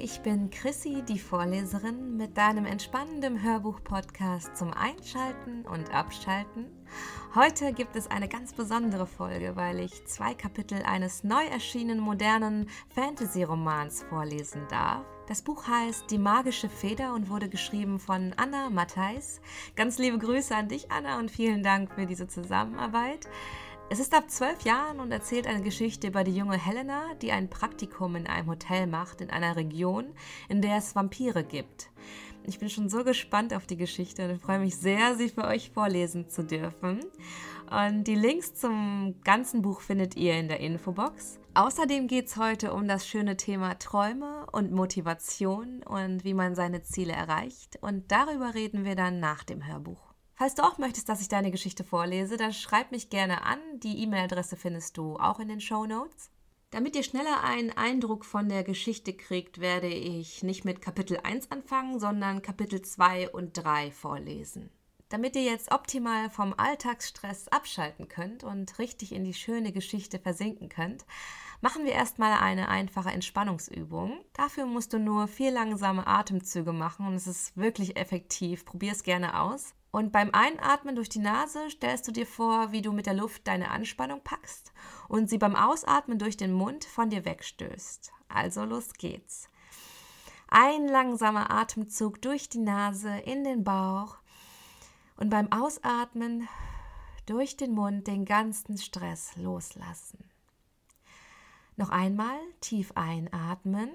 ich bin Chrissy, die Vorleserin, mit deinem entspannenden Hörbuch-Podcast zum Einschalten und Abschalten. Heute gibt es eine ganz besondere Folge, weil ich 2 Kapitel eines neu erschienenen modernen Fantasy-Romans vorlesen darf. Das Buch heißt Die magische Feder und wurde geschrieben von Anna Matthijs. Ganz liebe Grüße an dich, Anna, und vielen Dank für diese Zusammenarbeit. Es ist ab 12 Jahren und erzählt eine Geschichte über die junge Helena, die ein Praktikum in einem Hotel macht, in einer Region, in der es Vampire gibt. Ich bin schon so gespannt auf die Geschichte und freue mich sehr, sie für euch vorlesen zu dürfen. Und die Links zum ganzen Buch findet ihr in der Infobox. Außerdem geht es heute um das schöne Thema Träume und Motivation und wie man seine Ziele erreicht. Und darüber reden wir dann nach dem Hörbuch. Falls du auch möchtest, dass ich deine Geschichte vorlese, dann schreib mich gerne an. Die E-Mail-Adresse findest du auch in den Shownotes. Damit ihr schneller einen Eindruck von der Geschichte kriegt, werde ich nicht mit Kapitel 1 anfangen, sondern Kapitel 2 und 3 vorlesen. Damit ihr jetzt optimal vom Alltagsstress abschalten könnt und richtig in die schöne Geschichte versinken könnt, machen wir erstmal eine einfache Entspannungsübung. Dafür musst du nur 4 langsame Atemzüge machen und es ist wirklich effektiv. Probier es gerne aus. Und beim Einatmen durch die Nase stellst du dir vor, wie du mit der Luft deine Anspannung packst und sie beim Ausatmen durch den Mund von dir wegstößt. Also los geht's. Ein langsamer Atemzug durch die Nase in den Bauch und beim Ausatmen durch den Mund den ganzen Stress loslassen. Noch einmal tief einatmen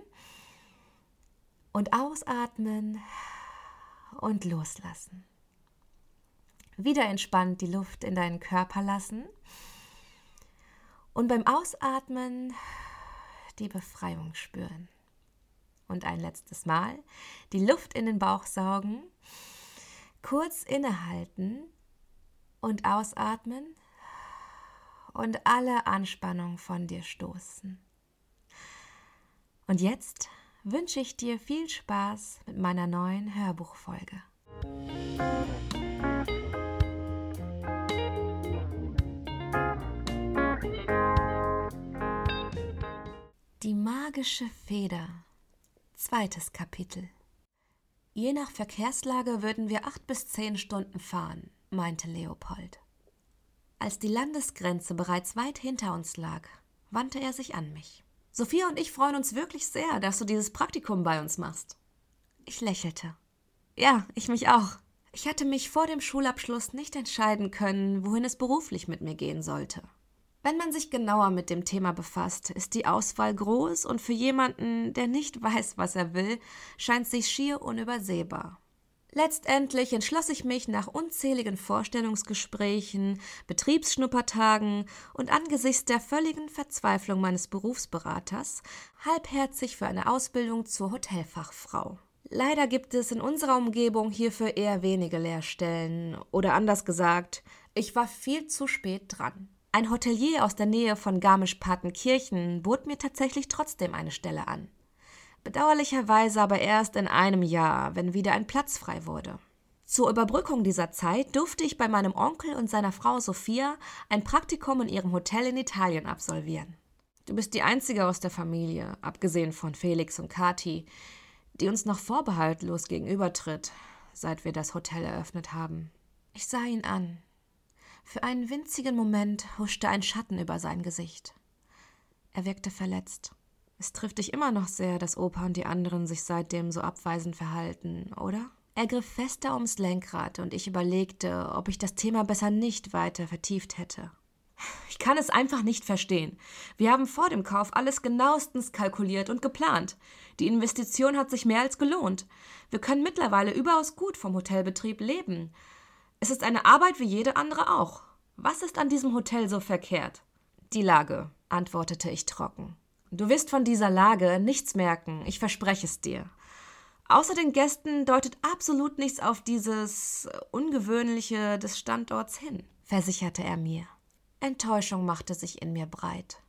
und ausatmen und loslassen. Wieder entspannt die Luft in deinen Körper lassen und beim Ausatmen die Befreiung spüren. Und ein letztes Mal die Luft in den Bauch saugen, kurz innehalten und ausatmen und alle Anspannung von dir stoßen. Und jetzt wünsche ich dir viel Spaß mit meiner neuen Hörbuchfolge. Die magische Feder. 2. Kapitel. Je nach Verkehrslage würden wir 8 bis 10 Stunden fahren, meinte Leopold. Als die Landesgrenze bereits weit hinter uns lag, wandte er sich an mich. Sophia und ich freuen uns wirklich sehr, dass du dieses Praktikum bei uns machst. Ich lächelte. Ja, ich mich auch. Ich hatte mich vor dem Schulabschluss nicht entscheiden können, wohin es beruflich mit mir gehen sollte. Wenn man sich genauer mit dem Thema befasst, ist die Auswahl groß und für jemanden, der nicht weiß, was er will, scheint sie schier unübersehbar. Letztendlich entschloss ich mich nach unzähligen Vorstellungsgesprächen, Betriebsschnuppertagen und angesichts der völligen Verzweiflung meines Berufsberaters halbherzig für eine Ausbildung zur Hotelfachfrau. Leider gibt es in unserer Umgebung hierfür eher wenige Lehrstellen oder anders gesagt, ich war viel zu spät dran. Ein Hotelier aus der Nähe von Garmisch-Partenkirchen bot mir tatsächlich trotzdem eine Stelle an. Bedauerlicherweise aber erst in einem Jahr, wenn wieder ein Platz frei wurde. Zur Überbrückung dieser Zeit durfte ich bei meinem Onkel und seiner Frau Sophia ein Praktikum in ihrem Hotel in Italien absolvieren. Du bist die einzige aus der Familie, abgesehen von Felix und Kathi, die uns noch vorbehaltlos gegenübertritt, seit wir das Hotel eröffnet haben. Ich sah ihn an. Für einen winzigen Moment huschte ein Schatten über sein Gesicht. Er wirkte verletzt. Es trifft dich immer noch sehr, dass Opa und die anderen sich seitdem so abweisend verhalten, oder? Er griff fester ums Lenkrad und ich überlegte, ob ich das Thema besser nicht weiter vertieft hätte. Ich kann es einfach nicht verstehen. Wir haben vor dem Kauf alles genauestens kalkuliert und geplant. Die Investition hat sich mehr als gelohnt. Wir können mittlerweile überaus gut vom Hotelbetrieb leben. Es ist eine Arbeit wie jede andere auch. Was ist an diesem Hotel so verkehrt? Die Lage, antwortete ich trocken. Du wirst von dieser Lage nichts merken, ich verspreche es dir. Außer den Gästen deutet absolut nichts auf dieses Ungewöhnliche des Standorts hin, versicherte er mir. Enttäuschung machte sich in mir breit.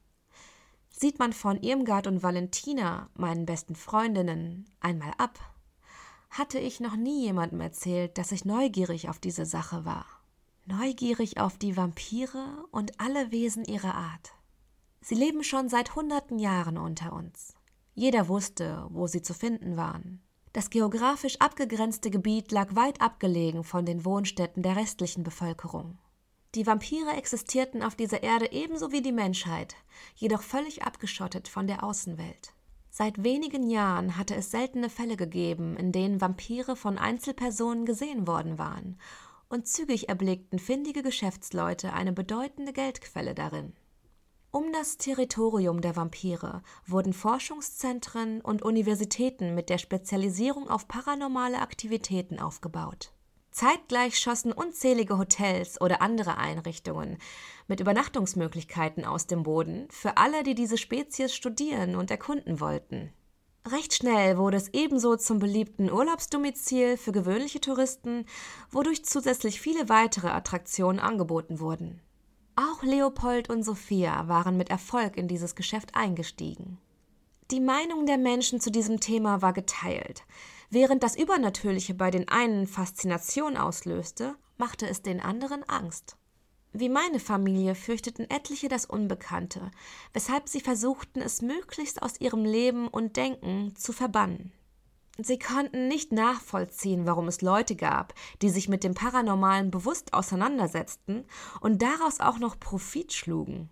Sieht man von Irmgard und Valentina, meinen besten Freundinnen, einmal ab, hatte ich noch nie jemandem erzählt, dass ich neugierig auf diese Sache war. Neugierig auf die Vampire und alle Wesen ihrer Art. Sie leben schon seit Hunderten Jahren unter uns. Jeder wusste, wo sie zu finden waren. Das geografisch abgegrenzte Gebiet lag weit abgelegen von den Wohnstätten der restlichen Bevölkerung. Die Vampire existierten auf dieser Erde ebenso wie die Menschheit, jedoch völlig abgeschottet von der Außenwelt. Seit wenigen Jahren hatte es seltene Fälle gegeben, in denen Vampire von Einzelpersonen gesehen worden waren, und zügig erblickten findige Geschäftsleute eine bedeutende Geldquelle darin. Um das Territorium der Vampire wurden Forschungszentren und Universitäten mit der Spezialisierung auf paranormale Aktivitäten aufgebaut. Zeitgleich schossen unzählige Hotels oder andere Einrichtungen mit Übernachtungsmöglichkeiten aus dem Boden für alle, die diese Spezies studieren und erkunden wollten. Recht schnell wurde es ebenso zum beliebten Urlaubsdomizil für gewöhnliche Touristen, wodurch zusätzlich viele weitere Attraktionen angeboten wurden. Auch Leopold und Sophia waren mit Erfolg in dieses Geschäft eingestiegen. Die Meinung der Menschen zu diesem Thema war geteilt. Während das Übernatürliche bei den einen Faszination auslöste, machte es den anderen Angst. Wie meine Familie fürchteten etliche das Unbekannte, weshalb sie versuchten, es möglichst aus ihrem Leben und Denken zu verbannen. Sie konnten nicht nachvollziehen, warum es Leute gab, die sich mit dem Paranormalen bewusst auseinandersetzten und daraus auch noch Profit schlugen.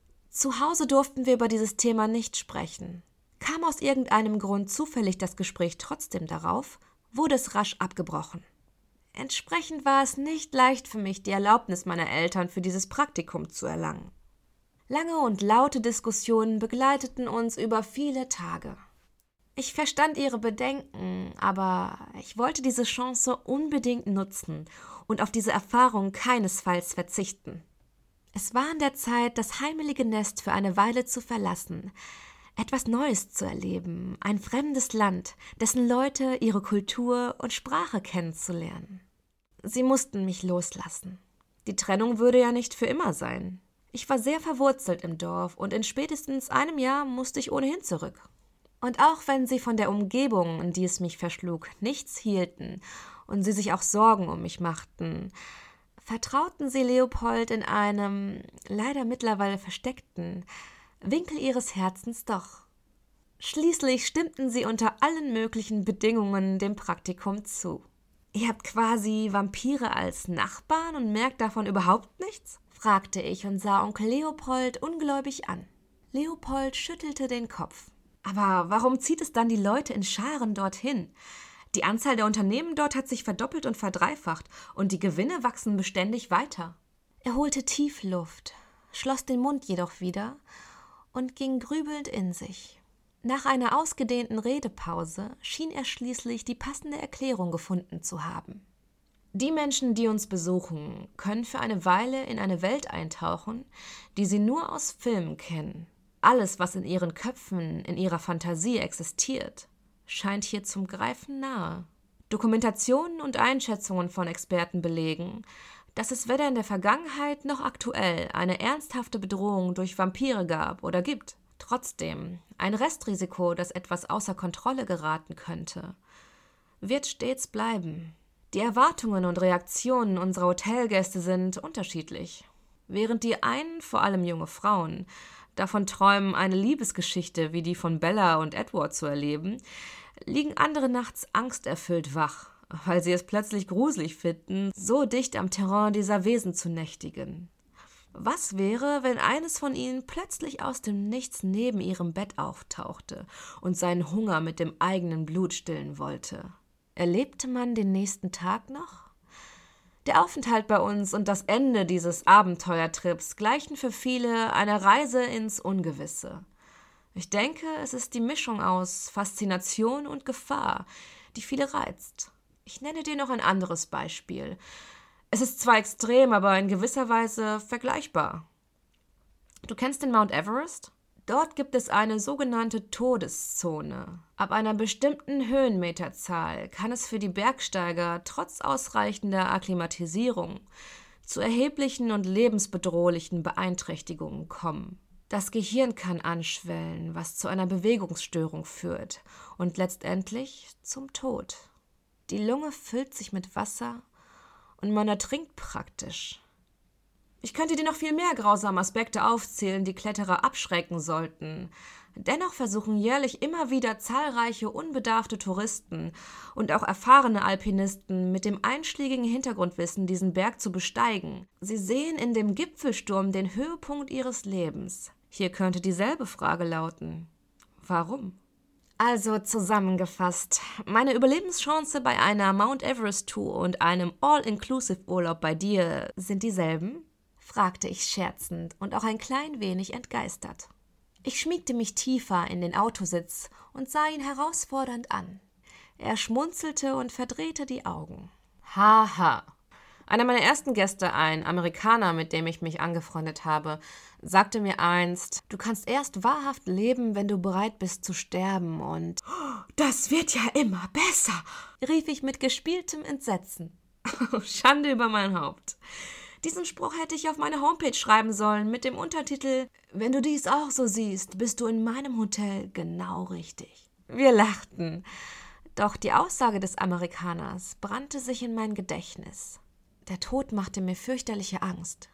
Zu Hause durften wir über dieses Thema nicht sprechen. Kam aus irgendeinem Grund zufällig das Gespräch trotzdem darauf, wurde es rasch abgebrochen. Entsprechend war es nicht leicht für mich, die Erlaubnis meiner Eltern für dieses Praktikum zu erlangen. Lange und laute Diskussionen begleiteten uns über viele Tage. Ich verstand ihre Bedenken, aber ich wollte diese Chance unbedingt nutzen und auf diese Erfahrung keinesfalls verzichten. Es war an der Zeit, das heimelige Nest für eine Weile zu verlassen, etwas Neues zu erleben, ein fremdes Land, dessen Leute, ihre Kultur und Sprache kennenzulernen. Sie mussten mich loslassen. Die Trennung würde ja nicht für immer sein. Ich war sehr verwurzelt im Dorf und in spätestens einem Jahr musste ich ohnehin zurück. Und auch wenn sie von der Umgebung, in die es mich verschlug, nichts hielten und sie sich auch Sorgen um mich machten, vertrauten sie Leopold in einem, leider mittlerweile versteckten, Winkel ihres Herzens doch. Schließlich stimmten sie unter allen möglichen Bedingungen dem Praktikum zu. »Ihr habt quasi Vampire als Nachbarn und merkt davon überhaupt nichts?« fragte ich und sah Onkel Leopold ungläubig an. Leopold schüttelte den Kopf. »Aber warum zieht es dann die Leute in Scharen dorthin? Die Anzahl der Unternehmen dort hat sich verdoppelt und verdreifacht und die Gewinne wachsen beständig weiter.« Er holte tief Luft, schloss den Mund jedoch wieder und ging grübelnd in sich. Nach einer ausgedehnten Redepause schien er schließlich die passende Erklärung gefunden zu haben. Die Menschen, die uns besuchen, können für eine Weile in eine Welt eintauchen, die sie nur aus Filmen kennen. Alles, was in ihren Köpfen, in ihrer Fantasie existiert, scheint hier zum Greifen nahe. Dokumentationen und Einschätzungen von Experten belegen, dass es weder in der Vergangenheit noch aktuell eine ernsthafte Bedrohung durch Vampire gab oder gibt. Trotzdem, ein Restrisiko, dass etwas außer Kontrolle geraten könnte, wird stets bleiben. Die Erwartungen und Reaktionen unserer Hotelgäste sind unterschiedlich. Während die einen, vor allem junge Frauen, davon träumen, eine Liebesgeschichte wie die von Bella und Edward zu erleben, liegen andere nachts angsterfüllt wach, weil sie es plötzlich gruselig finden, so dicht am Terrain dieser Wesen zu nächtigen. Was wäre, wenn eines von ihnen plötzlich aus dem Nichts neben ihrem Bett auftauchte und seinen Hunger mit dem eigenen Blut stillen wollte? Erlebte man den nächsten Tag noch? Der Aufenthalt bei uns und das Ende dieses Abenteuertrips gleichen für viele einer Reise ins Ungewisse. Ich denke, es ist die Mischung aus Faszination und Gefahr, die viele reizt. Ich nenne dir noch ein anderes Beispiel. Es ist zwar extrem, aber in gewisser Weise vergleichbar. Du kennst den Mount Everest? Dort gibt es eine sogenannte Todeszone. Ab einer bestimmten Höhenmeterzahl kann es für die Bergsteiger trotz ausreichender Akklimatisierung zu erheblichen und lebensbedrohlichen Beeinträchtigungen kommen. Das Gehirn kann anschwellen, was zu einer Bewegungsstörung führt und letztendlich zum Tod. Die Lunge füllt sich mit Wasser und man ertrinkt praktisch. Ich könnte dir noch viel mehr grausame Aspekte aufzählen, die Kletterer abschrecken sollten. Dennoch versuchen jährlich immer wieder zahlreiche unbedarfte Touristen und auch erfahrene Alpinisten mit dem einschlägigen Hintergrundwissen diesen Berg zu besteigen. Sie sehen in dem Gipfelsturm den Höhepunkt ihres Lebens. Hier könnte dieselbe Frage lauten: Warum? Also zusammengefasst, meine Überlebenschance bei einer Mount Everest-Tour und einem All-Inclusive-Urlaub bei dir sind dieselben? Fragte ich scherzend und auch ein klein wenig entgeistert. Ich schmiegte mich tiefer in den Autositz und sah ihn herausfordernd an. Er schmunzelte und verdrehte die Augen. Haha. Einer meiner ersten Gäste, ein Amerikaner, mit dem ich mich angefreundet habe, sagte mir einst: Du kannst erst wahrhaft leben, wenn du bereit bist zu sterben, und das wird ja immer besser, rief ich mit gespieltem Entsetzen. Schande über mein Haupt. Diesen Spruch hätte ich auf meine Homepage schreiben sollen mit dem Untertitel: Wenn du dies auch so siehst, bist du in meinem Hotel genau richtig. Wir lachten. Doch die Aussage des Amerikaners brannte sich in mein Gedächtnis. Der Tod machte mir fürchterliche Angst.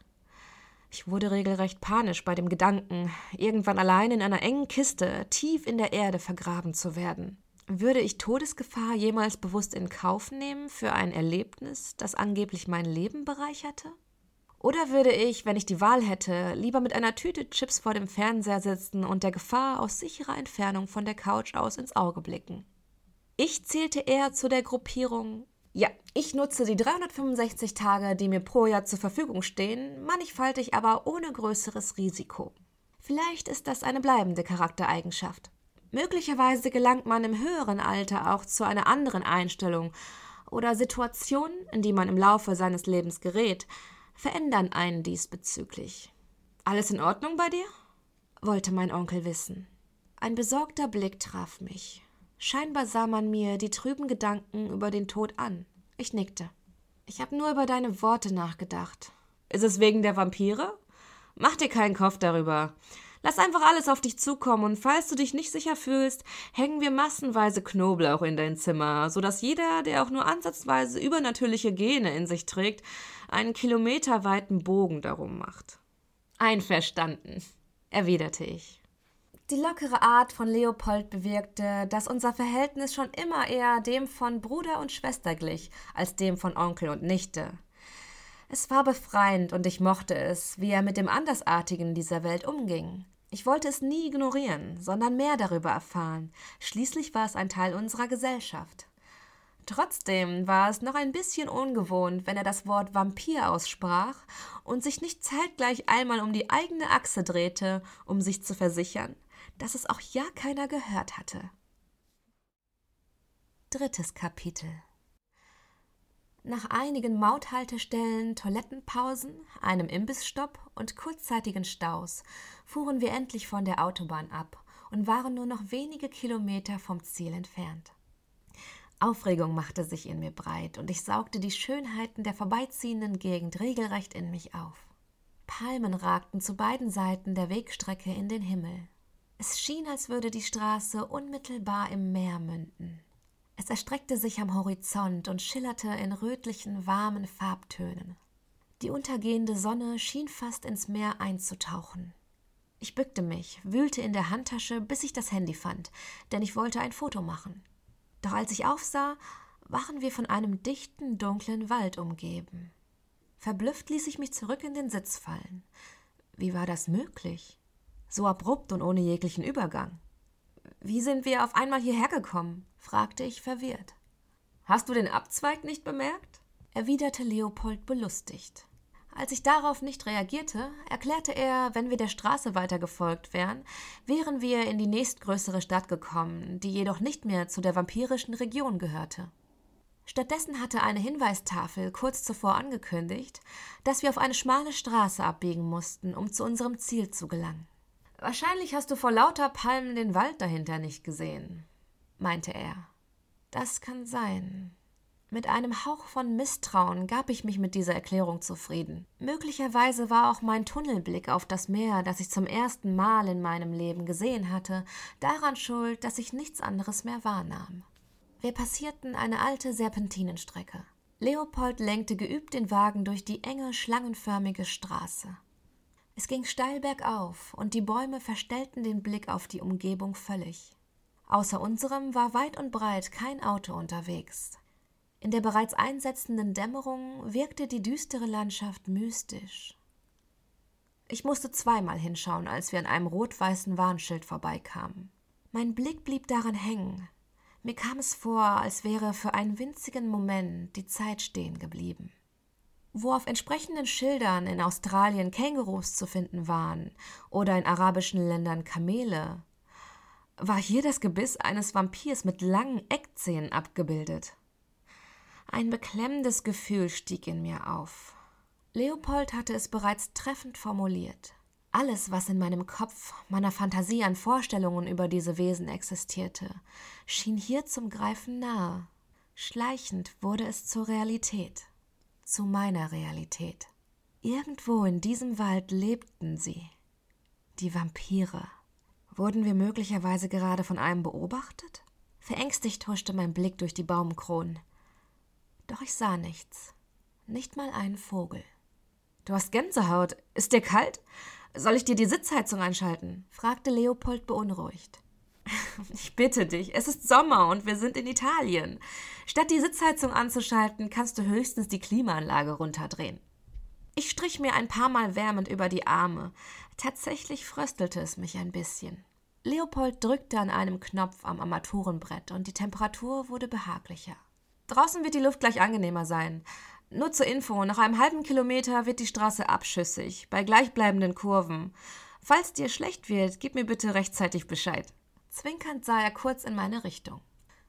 Ich wurde regelrecht panisch bei dem Gedanken, irgendwann allein in einer engen Kiste tief in der Erde vergraben zu werden. Würde ich Todesgefahr jemals bewusst in Kauf nehmen für ein Erlebnis, das angeblich mein Leben bereicherte? Oder würde ich, wenn ich die Wahl hätte, lieber mit einer Tüte Chips vor dem Fernseher sitzen und der Gefahr aus sicherer Entfernung von der Couch aus ins Auge blicken? Ich zählte eher zu der Gruppierung: Ja, ich nutze die 365 Tage, die mir pro Jahr zur Verfügung stehen, mannigfaltig, aber ohne größeres Risiko. Vielleicht ist das eine bleibende Charaktereigenschaft. Möglicherweise gelangt man im höheren Alter auch zu einer anderen Einstellung, oder Situationen, in die man im Laufe seines Lebens gerät, verändern einen diesbezüglich. Alles in Ordnung bei dir? Wollte mein Onkel wissen. Ein besorgter Blick traf mich. Scheinbar sah man mir die trüben Gedanken über den Tod an. Ich nickte. Ich habe nur über deine Worte nachgedacht. Ist es wegen der Vampire? Mach dir keinen Kopf darüber. Lass einfach alles auf dich zukommen, und falls du dich nicht sicher fühlst, hängen wir massenweise Knoblauch in dein Zimmer, sodass jeder, der auch nur ansatzweise übernatürliche Gene in sich trägt, einen kilometerweiten Bogen darum macht. Einverstanden, erwiderte ich. Die lockere Art von Leopold bewirkte, dass unser Verhältnis schon immer eher dem von Bruder und Schwester glich, als dem von Onkel und Nichte. Es war befreiend und ich mochte es, wie er mit dem Andersartigen dieser Welt umging. Ich wollte es nie ignorieren, sondern mehr darüber erfahren. Schließlich war es ein Teil unserer Gesellschaft. Trotzdem war es noch ein bisschen ungewohnt, wenn er das Wort Vampir aussprach und sich nicht zeitgleich einmal um die eigene Achse drehte, um sich zu versichern, dass es auch ja keiner gehört hatte. 3. Kapitel. Nach einigen Mauthaltestellen, Toilettenpausen, einem Imbissstopp und kurzzeitigen Staus fuhren wir endlich von der Autobahn ab und waren nur noch wenige Kilometer vom Ziel entfernt. Aufregung machte sich in mir breit und ich saugte die Schönheiten der vorbeiziehenden Gegend regelrecht in mich auf. Palmen ragten zu beiden Seiten der Wegstrecke in den Himmel. Es schien, als würde die Straße unmittelbar im Meer münden. Es erstreckte sich am Horizont und schillerte in rötlichen, warmen Farbtönen. Die untergehende Sonne schien fast ins Meer einzutauchen. Ich bückte mich, wühlte in der Handtasche, bis ich das Handy fand, denn ich wollte ein Foto machen. Doch als ich aufsah, waren wir von einem dichten, dunklen Wald umgeben. Verblüfft ließ ich mich zurück in den Sitz fallen. Wie war das möglich? So abrupt und ohne jeglichen Übergang. Wie sind wir auf einmal hierher gekommen? Fragte ich verwirrt. Hast du den Abzweig nicht bemerkt? Erwiderte Leopold belustigt. Als ich darauf nicht reagierte, erklärte er, wenn wir der Straße weiter gefolgt wären, wären wir in die nächstgrößere Stadt gekommen, die jedoch nicht mehr zu der vampirischen Region gehörte. Stattdessen hatte eine Hinweistafel kurz zuvor angekündigt, dass wir auf eine schmale Straße abbiegen mussten, um zu unserem Ziel zu gelangen. Wahrscheinlich hast du vor lauter Palmen den Wald dahinter nicht gesehen, meinte er. Das kann sein. Mit einem Hauch von Misstrauen gab ich mich mit dieser Erklärung zufrieden. Möglicherweise war auch mein Tunnelblick auf das Meer, das ich zum ersten Mal in meinem Leben gesehen hatte, daran schuld, dass ich nichts anderes mehr wahrnahm. Wir passierten eine alte Es ging steil bergauf und die Bäume verstellten den Blick auf die Umgebung völlig. Außer unserem war weit und breit kein Auto unterwegs. In der bereits einsetzenden Dämmerung wirkte die düstere Landschaft mystisch. Ich musste zweimal hinschauen, als wir an einem rot-weißen Warnschild vorbeikamen. Mein Blick blieb daran hängen. Mir kam es vor, als wäre für einen winzigen Moment die Zeit stehen geblieben. Wo auf entsprechenden Schildern in Australien Kängurus zu finden waren oder in arabischen Ländern Kamele, war hier das Gebiss eines Vampirs mit langen Eckzähnen abgebildet. Ein beklemmendes Gefühl stieg in mir auf. Leopold hatte es bereits treffend formuliert. Alles, was in meinem Kopf, meiner Fantasie an Vorstellungen über diese Wesen existierte, schien hier zum Greifen nahe. Schleichend wurde es zur Realität. Zu meiner Realität. Irgendwo in diesem Wald lebten sie. Die Vampire. Wurden wir möglicherweise gerade von einem beobachtet? Verängstigt huschte mein Blick durch die Baumkronen. Doch ich sah nichts. Nicht mal einen Vogel. »Du hast Gänsehaut. Ist dir kalt? Soll ich dir die Sitzheizung einschalten?« fragte Leopold beunruhigt. »Ich bitte dich, es ist Sommer und wir sind in Italien. Statt die Sitzheizung anzuschalten, kannst du höchstens die Klimaanlage runterdrehen.« Ich strich mir ein paar Mal wärmend über die Arme. Tatsächlich fröstelte es mich ein bisschen. Leopold drückte an einem Knopf am Armaturenbrett und die Temperatur wurde behaglicher. »Draußen wird die Luft gleich angenehmer sein. Nur zur Info, nach einem halben Kilometer wird die Straße abschüssig, bei gleichbleibenden Kurven. Falls dir schlecht wird, gib mir bitte rechtzeitig Bescheid.« Zwinkernd sah er kurz in meine Richtung.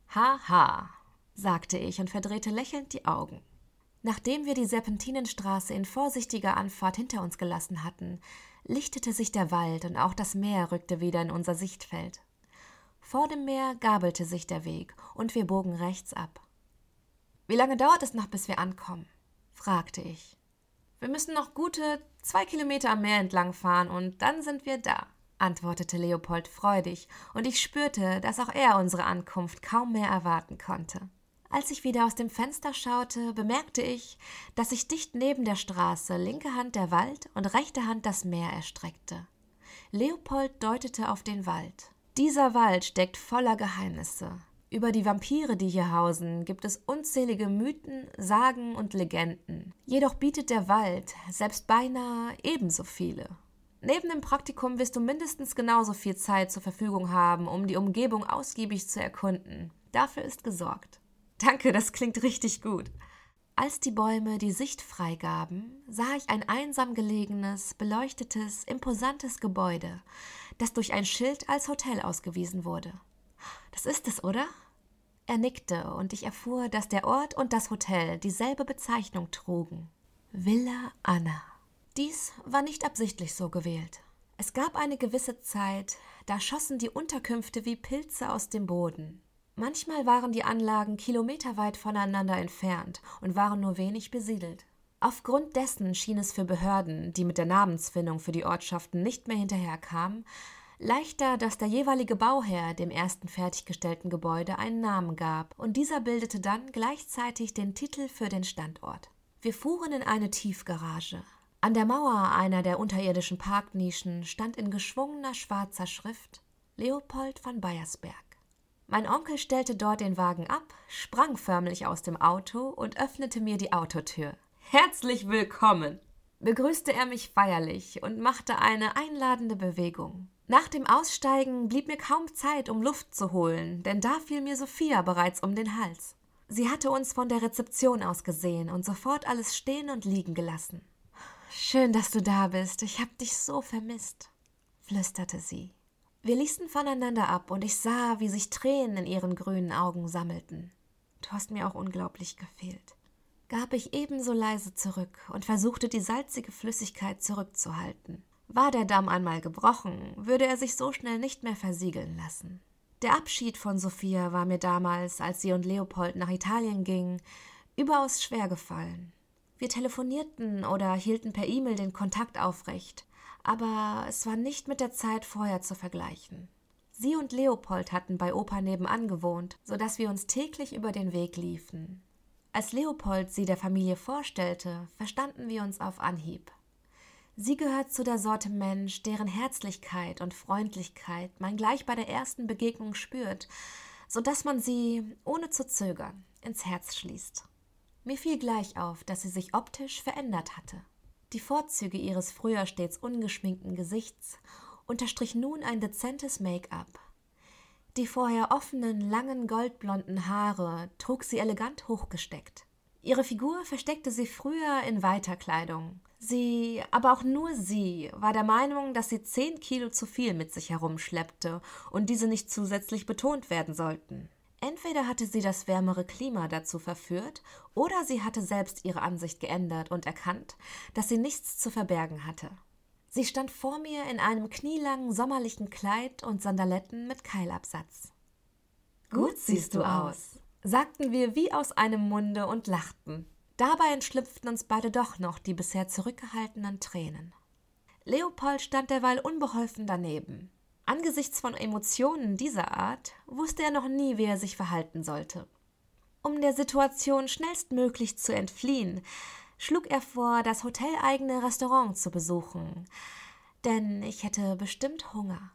»Haha«, sagte ich und verdrehte lächelnd die Augen. Nachdem wir die Serpentinenstraße in vorsichtiger Anfahrt hinter uns gelassen hatten, lichtete sich der Wald und auch das Meer rückte wieder in unser Sichtfeld. Vor dem Meer gabelte sich der Weg und wir bogen rechts ab. »Wie lange dauert es noch, bis wir ankommen?« fragte ich. »Wir müssen noch gute 2 Kilometer am Meer entlang fahren und dann sind wir da«, antwortete Leopold freudig, und ich spürte, dass auch er unsere Ankunft kaum mehr erwarten konnte. Als ich wieder aus dem Fenster schaute, bemerkte ich, dass sich dicht neben der Straße linke Hand der Wald und rechte Hand das Meer erstreckte. Leopold deutete auf den Wald. Dieser Wald steckt voller Geheimnisse. Über die Vampire, die hier hausen, gibt es unzählige Mythen, Sagen und Legenden. Jedoch bietet der Wald selbst beinahe ebenso viele. Neben dem Praktikum wirst du mindestens genauso viel Zeit zur Verfügung haben, um die Umgebung ausgiebig zu erkunden. Dafür ist gesorgt. Danke, das klingt richtig gut. Als die Bäume die Sicht freigaben, sah ich ein einsam gelegenes, beleuchtetes, imposantes Gebäude, das durch ein Schild als Hotel ausgewiesen wurde. »Das ist es, oder?« Er nickte und ich erfuhr, dass der Ort und das Hotel dieselbe Bezeichnung trugen. Villa Anna. Dies war nicht absichtlich so gewählt. Es gab eine gewisse Zeit, da schossen die Unterkünfte wie Pilze aus dem Boden. Manchmal waren die Anlagen kilometerweit voneinander entfernt und waren nur wenig besiedelt. Aufgrund dessen schien es für Behörden, die mit der Namensfindung für die Ortschaften nicht mehr hinterherkamen, leichter, dass der jeweilige Bauherr dem ersten fertiggestellten Gebäude einen Namen gab, und dieser bildete dann gleichzeitig den Titel für den Standort. Wir fuhren in eine Tiefgarage. An der Mauer einer der unterirdischen Parknischen stand in geschwungener schwarzer Schrift »Leopold von Beiersberg«. Mein Onkel stellte dort den Wagen ab, sprang förmlich aus dem Auto und öffnete mir die Autotür. »Herzlich willkommen«, begrüßte er mich feierlich und machte eine einladende Bewegung. Nach dem Aussteigen blieb mir kaum Zeit, um Luft zu holen, denn da fiel mir Sophia bereits um den Hals. Sie hatte uns von der Rezeption aus gesehen und sofort alles stehen und liegen gelassen. »Schön, dass du da bist. Ich hab dich so vermisst«, flüsterte sie. Wir ließen voneinander ab und ich sah, wie sich Tränen in ihren grünen Augen sammelten. »Du hast mir auch unglaublich gefehlt«, gab ich ebenso leise zurück und versuchte, die salzige Flüssigkeit zurückzuhalten. War der Damm einmal gebrochen, würde er sich so schnell nicht mehr versiegeln lassen. Der Abschied von Sophia war mir damals, als sie und Leopold nach Italien gingen, überaus schwer gefallen. Wir telefonierten oder hielten per E-Mail den Kontakt aufrecht, aber es war nicht mit der Zeit vorher zu vergleichen. Sie und Leopold hatten bei Opa nebenan gewohnt, sodass wir uns täglich über den Weg liefen. Als Leopold sie der Familie vorstellte, verstanden wir uns auf Anhieb. Sie gehört zu der Sorte Mensch, deren Herzlichkeit und Freundlichkeit man gleich bei der ersten Begegnung spürt, sodass man sie, ohne zu zögern, ins Herz schließt. Mir fiel gleich auf, dass sie sich optisch verändert hatte. Die Vorzüge ihres früher stets ungeschminkten Gesichts unterstrich nun ein dezentes Make-up. Die vorher offenen, langen, goldblonden Haare trug sie elegant hochgesteckt. Ihre Figur versteckte sie früher in weiter Kleidung. Sie, aber auch nur sie, war der Meinung, dass sie 10 Kilo zu viel mit sich herumschleppte und diese nicht zusätzlich betont werden sollten. Entweder hatte sie das wärmere Klima dazu verführt, oder sie hatte selbst ihre Ansicht geändert und erkannt, dass sie nichts zu verbergen hatte. Sie stand vor mir in einem knielangen sommerlichen Kleid und Sandaletten mit Keilabsatz. »Gut siehst du aus«, sagten wir wie aus einem Munde und lachten. Dabei entschlüpften uns beide doch noch die bisher zurückgehaltenen Tränen. Leopold stand derweil unbeholfen daneben. Angesichts von Emotionen dieser Art wusste er noch nie, wie er sich verhalten sollte. Um der Situation schnellstmöglich zu entfliehen, schlug er vor, das hoteleigene Restaurant zu besuchen, denn ich hätte bestimmt Hunger.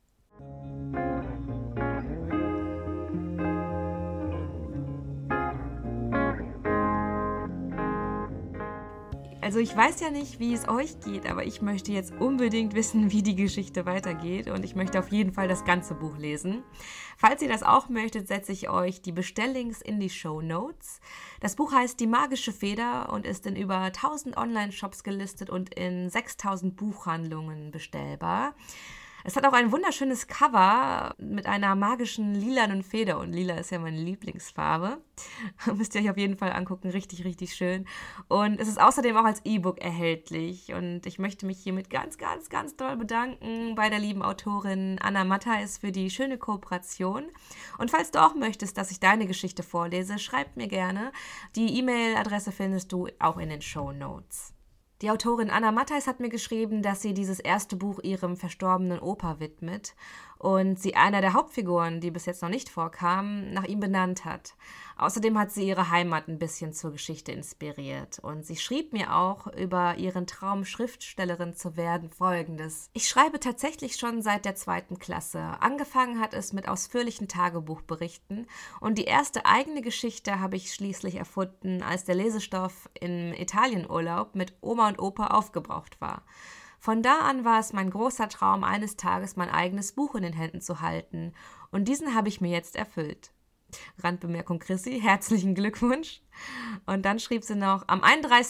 Also ich weiß ja nicht, wie es euch geht, aber ich möchte jetzt unbedingt wissen, wie die Geschichte weitergeht und ich möchte auf jeden Fall das ganze Buch lesen. Falls ihr das auch möchtet, setze ich euch die Bestelllinks in die Shownotes. Das Buch heißt Die magische Feder und ist in über 1000 Online-Shops gelistet und in 6000 Buchhandlungen bestellbar. Es hat auch ein wunderschönes Cover mit einer magischen lilanen Feder und lila ist ja meine Lieblingsfarbe. Müsst ihr euch auf jeden Fall angucken, richtig, richtig schön. Und es ist außerdem auch als E-Book erhältlich und ich möchte mich hiermit ganz, ganz, ganz doll bedanken bei der lieben Autorin Anna Matthijs für die schöne Kooperation. Und falls du auch möchtest, dass ich deine Geschichte vorlese, schreib mir gerne. Die E-Mail-Adresse findest du auch in den Shownotes. Die Autorin Anna Matthijs hat mir geschrieben, dass sie dieses erste Buch ihrem verstorbenen Opa widmet und sie einer der Hauptfiguren, die bis jetzt noch nicht vorkam, nach ihm benannt hat. Außerdem hat sie ihre Heimat ein bisschen zur Geschichte inspiriert und sie schrieb mir auch über ihren Traum, Schriftstellerin zu werden, Folgendes. Ich schreibe tatsächlich schon seit der 2. Klasse. Angefangen hat es mit ausführlichen Tagebuchberichten und die erste eigene Geschichte habe ich schließlich erfunden, als der Lesestoff im Italienurlaub mit Oma und Opa aufgebraucht war. Von da an war es mein großer Traum, eines Tages mein eigenes Buch in den Händen zu halten und diesen habe ich mir jetzt erfüllt. Randbemerkung Chrissy, herzlichen Glückwunsch. Und dann schrieb sie noch, am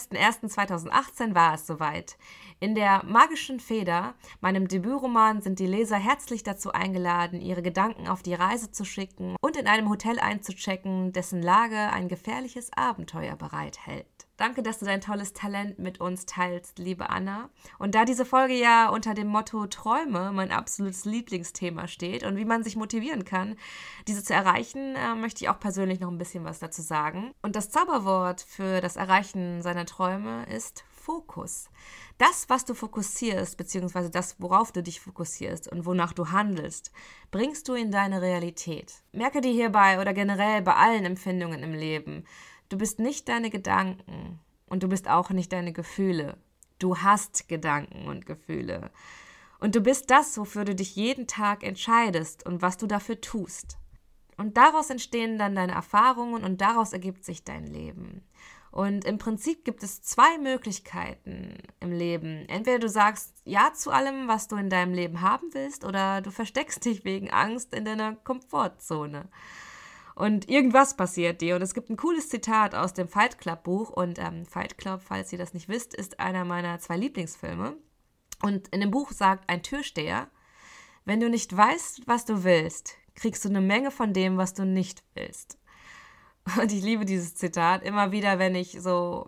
31.01.2018 war es soweit. In der magischen Feder, meinem Debütroman, sind die Leser herzlich dazu eingeladen, ihre Gedanken auf die Reise zu schicken und in einem Hotel einzuchecken, dessen Lage ein gefährliches Abenteuer bereithält. Danke, dass du dein tolles Talent mit uns teilst, liebe Anna. Und da diese Folge ja unter dem Motto Träume mein absolutes Lieblingsthema steht und wie man sich motivieren kann, diese zu erreichen, möchte ich auch persönlich noch ein bisschen was dazu sagen. Und das Zauberwort für das Erreichen seiner Träume ist Fokus. Das, was du fokussierst, beziehungsweise das, worauf du dich fokussierst und wonach du handelst, bringst du in deine Realität. Merke dir hierbei oder generell bei allen Empfindungen im Leben, du bist nicht deine Gedanken und du bist auch nicht deine Gefühle. Du hast Gedanken und Gefühle. Und du bist das, wofür du dich jeden Tag entscheidest und was du dafür tust. Und daraus entstehen dann deine Erfahrungen und daraus ergibt sich dein Leben. Und im Prinzip gibt es 2 Möglichkeiten im Leben. Entweder du sagst Ja zu allem, was du in deinem Leben haben willst, oder du versteckst dich wegen Angst in deiner Komfortzone. Und irgendwas passiert dir. Und es gibt ein cooles Zitat aus dem Fight Club Buch. Und Fight Club, falls ihr das nicht wisst, ist einer meiner 2 Lieblingsfilme. Und in dem Buch sagt ein Türsteher, wenn du nicht weißt, was du willst, kriegst du eine Menge von dem, was du nicht willst. Und ich liebe dieses Zitat. Immer wieder, wenn ich so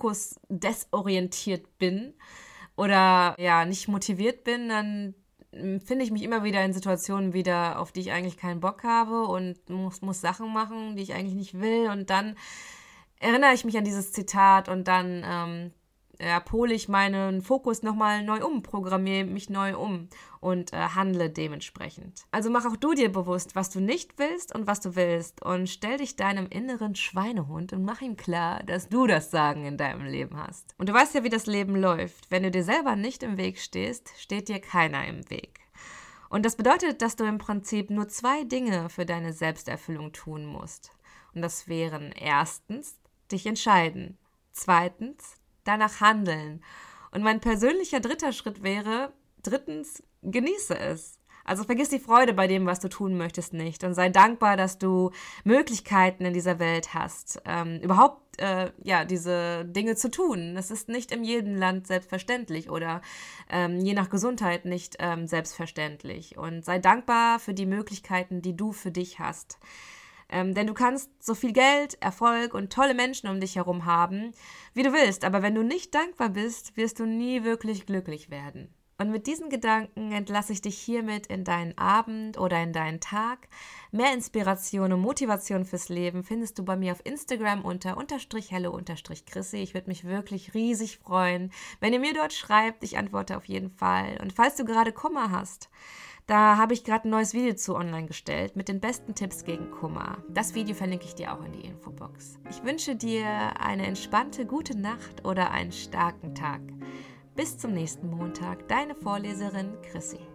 fokusdesorientiert bin oder ja nicht motiviert bin, dann finde ich mich immer wieder in Situationen wieder, auf die ich eigentlich keinen Bock habe und muss Sachen machen, die ich eigentlich nicht will. Und dann erinnere ich mich an dieses Zitat und dann pole ich meinen Fokus nochmal neu um, programmiere mich neu um und handle dementsprechend. Also mach auch du dir bewusst, was du nicht willst und was du willst und stell dich deinem inneren Schweinehund und mach ihm klar, dass du das Sagen in deinem Leben hast. Und du weißt ja, wie das Leben läuft. Wenn du dir selber nicht im Weg stehst, steht dir keiner im Weg. Und das bedeutet, dass du im Prinzip nur 2 Dinge für deine Selbsterfüllung tun musst. Und das wären erstens, dich entscheiden. Zweitens, danach handeln. Und mein persönlicher 3. Schritt wäre, drittens, genieße es. Also vergiss die Freude bei dem, was du tun möchtest, nicht und sei dankbar, dass du Möglichkeiten in dieser Welt hast, überhaupt diese Dinge zu tun. Das ist nicht in jedem Land selbstverständlich oder je nach Gesundheit nicht selbstverständlich. Und sei dankbar für die Möglichkeiten, die du für dich hast. Denn du kannst so viel Geld, Erfolg und tolle Menschen um dich herum haben, wie du willst. Aber wenn du nicht dankbar bist, wirst du nie wirklich glücklich werden. Und mit diesen Gedanken entlasse ich dich hiermit in deinen Abend oder in deinen Tag. Mehr Inspiration und Motivation fürs Leben findest du bei mir auf Instagram unter _hello_chrissy. Ich würde mich wirklich riesig freuen, wenn ihr mir dort schreibt. Ich antworte auf jeden Fall. Und falls du gerade Kummer hast, da habe ich gerade ein neues Video zu online gestellt mit den besten Tipps gegen Kummer. Das Video verlinke ich dir auch in die Infobox. Ich wünsche dir eine entspannte, gute Nacht oder einen starken Tag. Bis zum nächsten Montag, deine Vorleserin Chrissy.